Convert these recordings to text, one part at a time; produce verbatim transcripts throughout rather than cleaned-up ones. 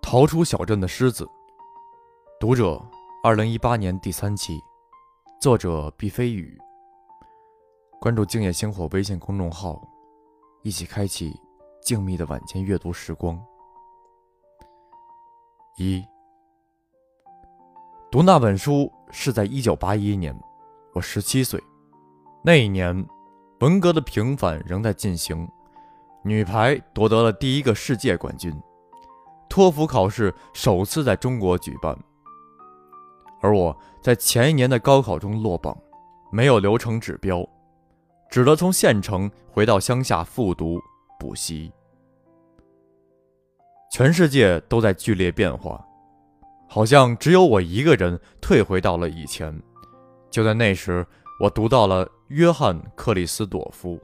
逃出小镇的狮子，读者，二零一八年第三期，作者毕飞宇。关注静夜星火微信公众号，一起开启静谧的晚间阅读时光。一，读那本书是在一九八一年，我十七岁。那一年，文革的平反仍在进行，女排夺得了第一个世界冠军，托福考试首次在中国举办。而我在前一年的高考中落榜，没有流程指标，只得从县城回到乡下复读补习。全世界都在剧烈变化，好像只有我一个人退回到了以前。就在那时，我读到了约翰·克里斯朵夫。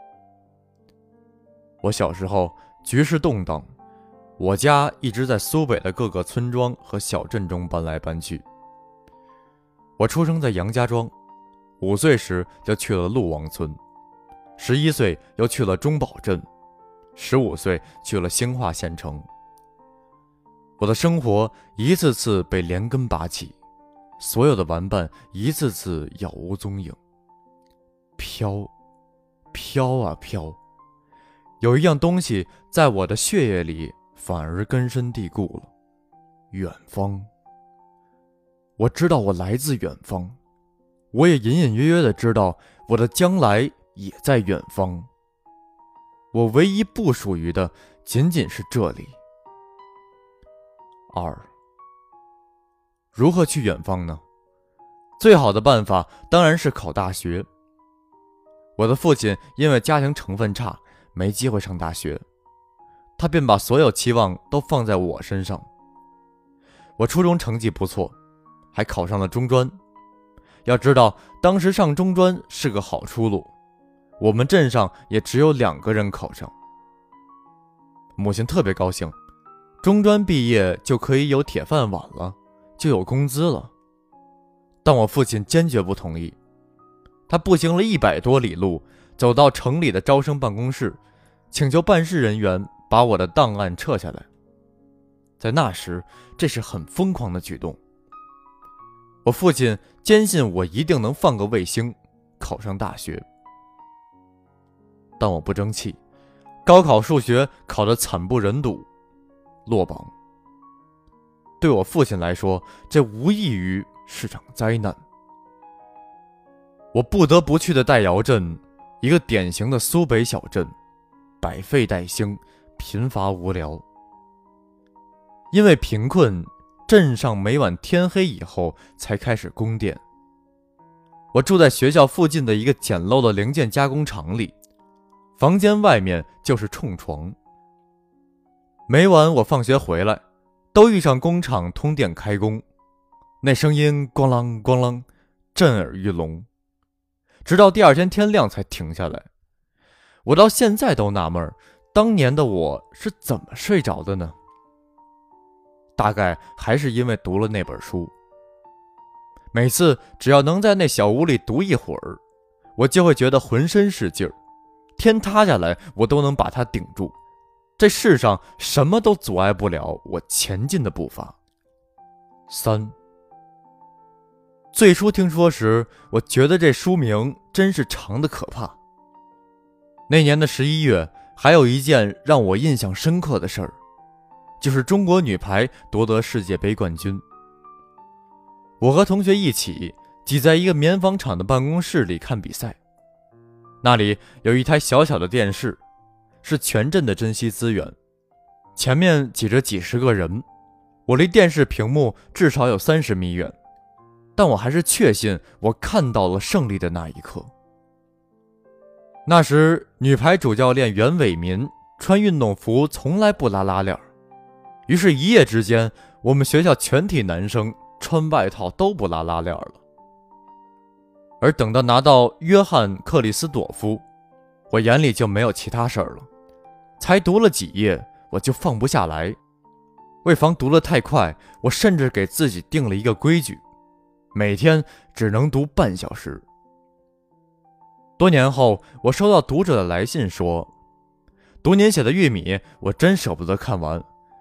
我小时候局势动荡，我家一直在苏北的各个村庄和小镇中搬来搬去。我出生在杨家庄，五岁时就去了陆王村，十一岁又去了中堡镇，十五岁去了兴化县城。我的生活一次次被连根拔起，所有的玩伴一次次杳无踪影。飘，飘啊飘，有一样东西在我的血液里反而根深蒂固了，远方。我知道我来自远方，我也隐隐约约地知道我的将来也在远方。我唯一不属于的仅仅是这里。二，如何去远方呢？最好的办法当然是考大学。我的父亲因为家庭成分差，没机会上大学，他便把所有期望都放在我身上。我初中成绩不错，还考上了中专。要知道，当时上中专是个好出路，我们镇上也只有两个人考上。母亲特别高兴，中专毕业就可以有铁饭碗了，就有工资了。但我父亲坚决不同意，他步行了一百多里路，走到城里的招生办公室，请求办事人员把我的档案撤下来。在那时，这是很疯狂的举动。我父亲坚信我一定能放个卫星，考上大学。但我不争气，高考数学考得惨不忍睹，落榜。对我父亲来说，这无异于是场灾难。我不得不去的代窑镇，一个典型的苏北小镇，百废待兴，贫乏无聊。因为贫困，镇上每晚天黑以后才开始供电。我住在学校附近的一个简陋的零件加工厂里，房间外面就是冲床。每晚我放学回来，都遇上工厂通电开工，那声音咣啷咣啷，震耳欲聋，直到第二天天亮才停下来。我到现在都纳闷，当年的我是怎么睡着的呢？大概还是因为读了那本书。每次只要能在那小屋里读一会儿，我就会觉得浑身是劲儿，天塌下来我都能把它顶住，这世上什么都阻碍不了我前进的步伐。三，最初听说时，我觉得这书名真是长得可怕。那年的十一月，还有一件让我印象深刻的事儿，就是中国女排夺得世界杯冠军。我和同学一起挤在一个棉纺厂的办公室里看比赛，那里有一台小小的电视，是全镇的珍稀资源，前面挤着几十个人，我离电视屏幕至少有三十米远，但我还是确信我看到了胜利的那一刻。那时女排主教练袁伟民穿运动服从来不拉拉链，于是一夜之间我们学校全体男生穿外套都不拉拉链了。而等到拿到约翰·克里斯朵夫，我眼里就没有其他事儿了。才读了几页我就放不下来，为防读得太快，我甚至给自己定了一个规矩，每天只能读半小时。多年后，我收到读者的来信说，读您写的玉米我真舍不得看完，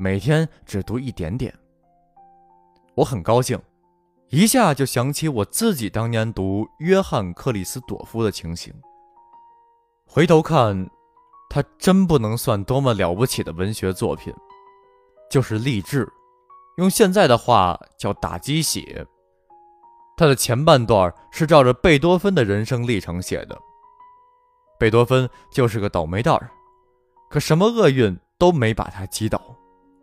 每天只读一点点。我很高兴，一下就想起我自己当年读约翰·克里斯朵夫的情形。回头看，他真不能算多么了不起的文学作品，就是励志，用现在的话叫打鸡血。他的前半段是照着贝多芬的人生历程写的，贝多芬就是个倒霉蛋儿，可什么厄运都没把他击倒。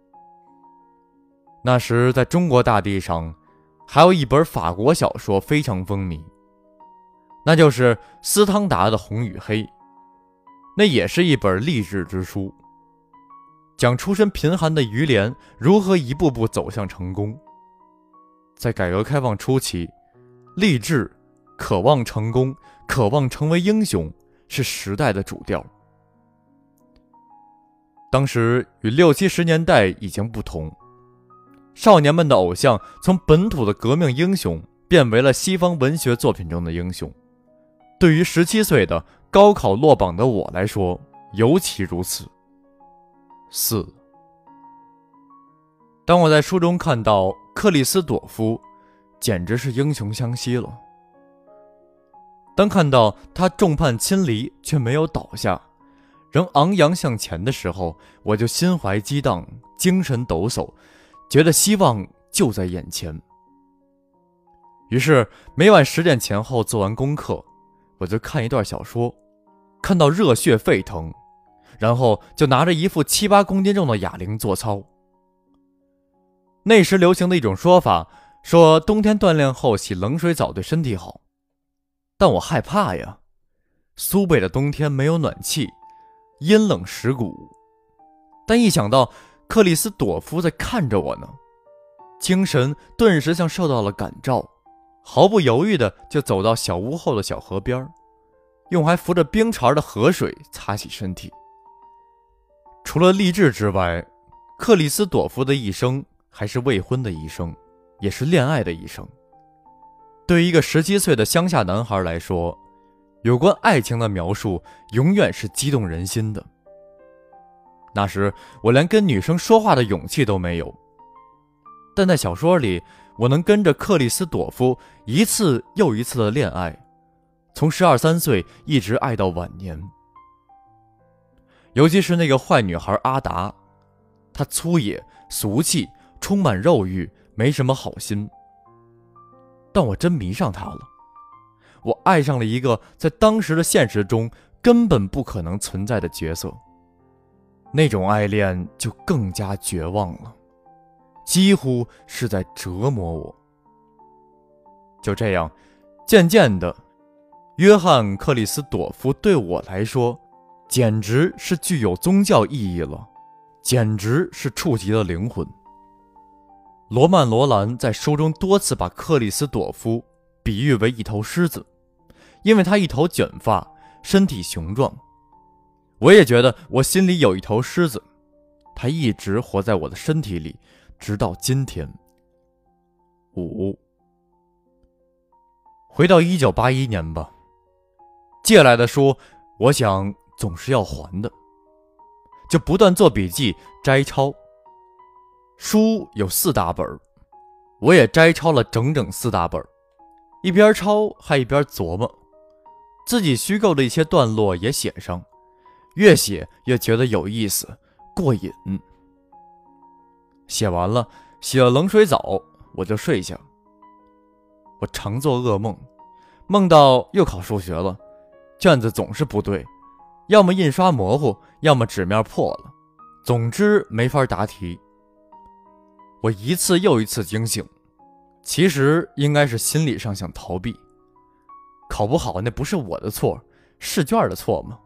那时在中国大地上还有一本法国小说非常风靡，那就是斯汤达的《红与黑》，那也是一本励志之书，讲出身贫寒的于连如何一步步走向成功。在改革开放初期，励志、渴望成功、渴望成为英雄是时代的主调。当时与六七十年代已经不同，少年们的偶像从本土的革命英雄变为了西方文学作品中的英雄。对于十七岁的高考落榜的我来说，尤其如此。四，当我在书中看到克里斯朵夫，简直是英雄相惜了。当看到他众叛亲离却没有倒下，仍昂扬向前的时候，我就心怀激荡，精神抖擞，觉得希望就在眼前。于是每晚十点前后做完功课，我就看一段小说，看到热血沸腾，然后就拿着一副七八公斤重的哑铃做操。那时流行的一种说法，说冬天锻炼后洗冷水澡对身体好，但我害怕呀。苏北的冬天没有暖气，阴冷蚀骨，但一想到克里斯朵夫在看着我呢，精神顿时像受到了感召，毫不犹豫的就走到小屋后的小河边，用还浮着冰碴的河水擦洗身体。除了励志之外，克里斯朵夫的一生还是未婚的一生，也是恋爱的一生。对于一个十七岁的乡下男孩来说，有关爱情的描述永远是激动人心的。那时我连跟女生说话的勇气都没有，但在小说里，我能跟着克里斯朵夫一次又一次的恋爱，从十二三岁一直爱到晚年。尤其是那个坏女孩阿达，她粗野、俗气，充满肉欲，没什么好心。但我真迷上她了，我爱上了一个在当时的现实中根本不可能存在的角色。那种爱恋就更加绝望了，几乎是在折磨我。就这样，渐渐的，约翰·克里斯朵夫对我来说简直是具有宗教意义了，简直是触及了灵魂。罗曼·罗兰在书中多次把克里斯朵夫比喻为一头狮子，因为他一头卷发，身体雄壮。我也觉得我心里有一头狮子，他一直活在我的身体里，直到今天。五，回到一九八一年吧，借来的书，我想总是要还的，就不断做笔记、摘抄。书有四大本，我也摘抄了整整四大本，一边抄还一边琢磨，自己虚构的一些段落也写上，越写越觉得有意思，过瘾。写完了，洗了冷水澡，我就睡下。我常做噩梦，梦到又考数学了，卷子总是不对，要么印刷模糊，要么纸面破了，总之没法答题。我一次又一次惊醒，其实应该是心理上想逃避，考不好那不是我的错，试卷的错吗？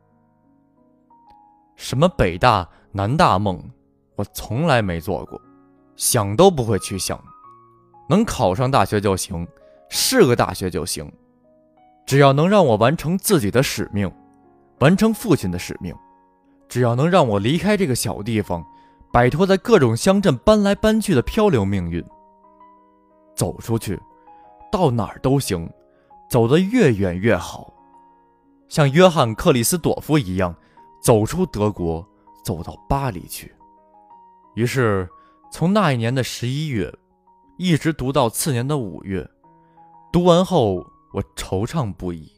什么北大南大梦，我从来没做过，想都不会去想。能考上大学就行，是个大学就行，只要能让我完成自己的使命，完成父亲的使命，只要能让我离开这个小地方，摆脱在各种乡镇搬来搬去的漂流命运，走出去，到哪儿都行，走得越远越好，像约翰·克里斯朵夫一样，走出德国，走到巴黎去。 于是从那一年的十一月一直读到次年的五月，读完后我惆怅不已。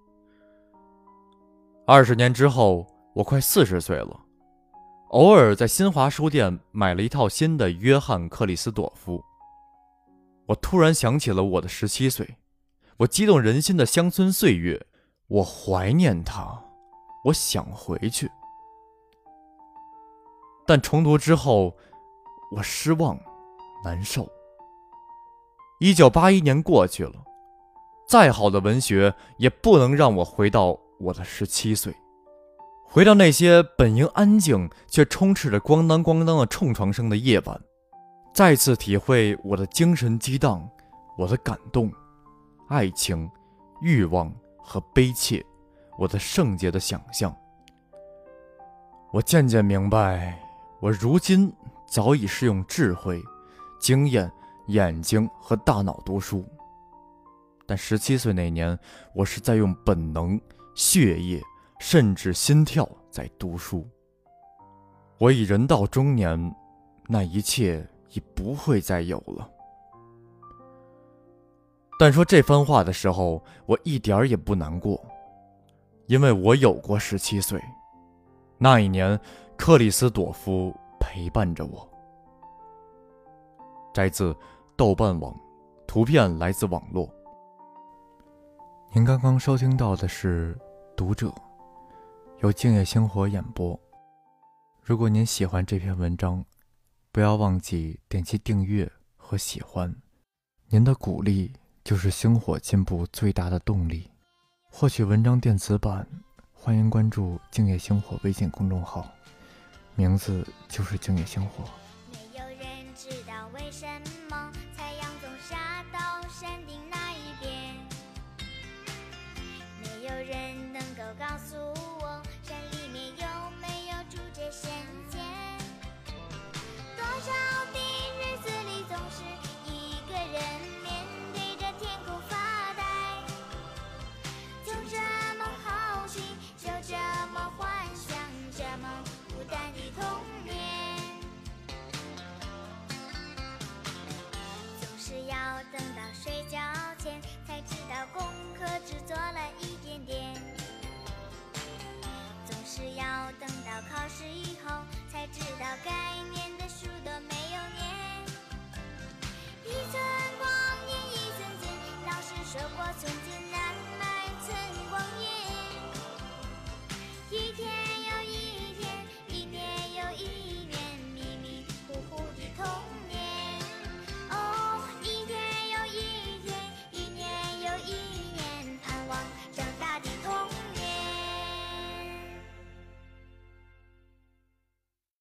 二十年之后，我快四十岁了，偶尔在新华书店买了一套新的约翰克里斯朵夫。我突然想起了我的十七岁，我激动人心的乡村岁月，我怀念他，我想回去。但重读之后，我失望难受。一九八一年过去了，再好的文学也不能让我回到我的十七岁，回到那些本应安静却充斥着咣当咣当的冲床声的夜晚，再次体会我的精神激荡，我的感动、爱情、欲望和悲切，我的圣洁的想象。我渐渐明白，我如今早已是用智慧、经验、眼睛和大脑读书，但十七岁那年，我是在用本能、血液甚至心跳在读书。我已人到中年，那一切已不会再有了。但说这番话的时候，我一点儿也不难过，因为我有过十七岁，那一年克里斯朵夫陪伴着我。摘自豆瓣网，图片来自网络。您刚刚收听到的是《读者》，由静夜星火演播。如果您喜欢这篇文章，不要忘记点击订阅和喜欢，您的鼓励就是星火进步最大的动力。获取文章电子版，欢迎关注静夜星火微信公众号，名字就是静夜星火。 没有人知道为什么太阳总下到山顶那一边，没有人能够告诉我山里面有没有住着神仙。多少的日子里总是一个人面对着天空发呆，就这么好奇，就这么幻想，这么孤单的童年。总是要等到睡觉前才知道功课只做了一点点，总是要等到考试以后才知道该念的书都没有念。一寸光阴一寸金，老师说过寸金难买寸光阴。一天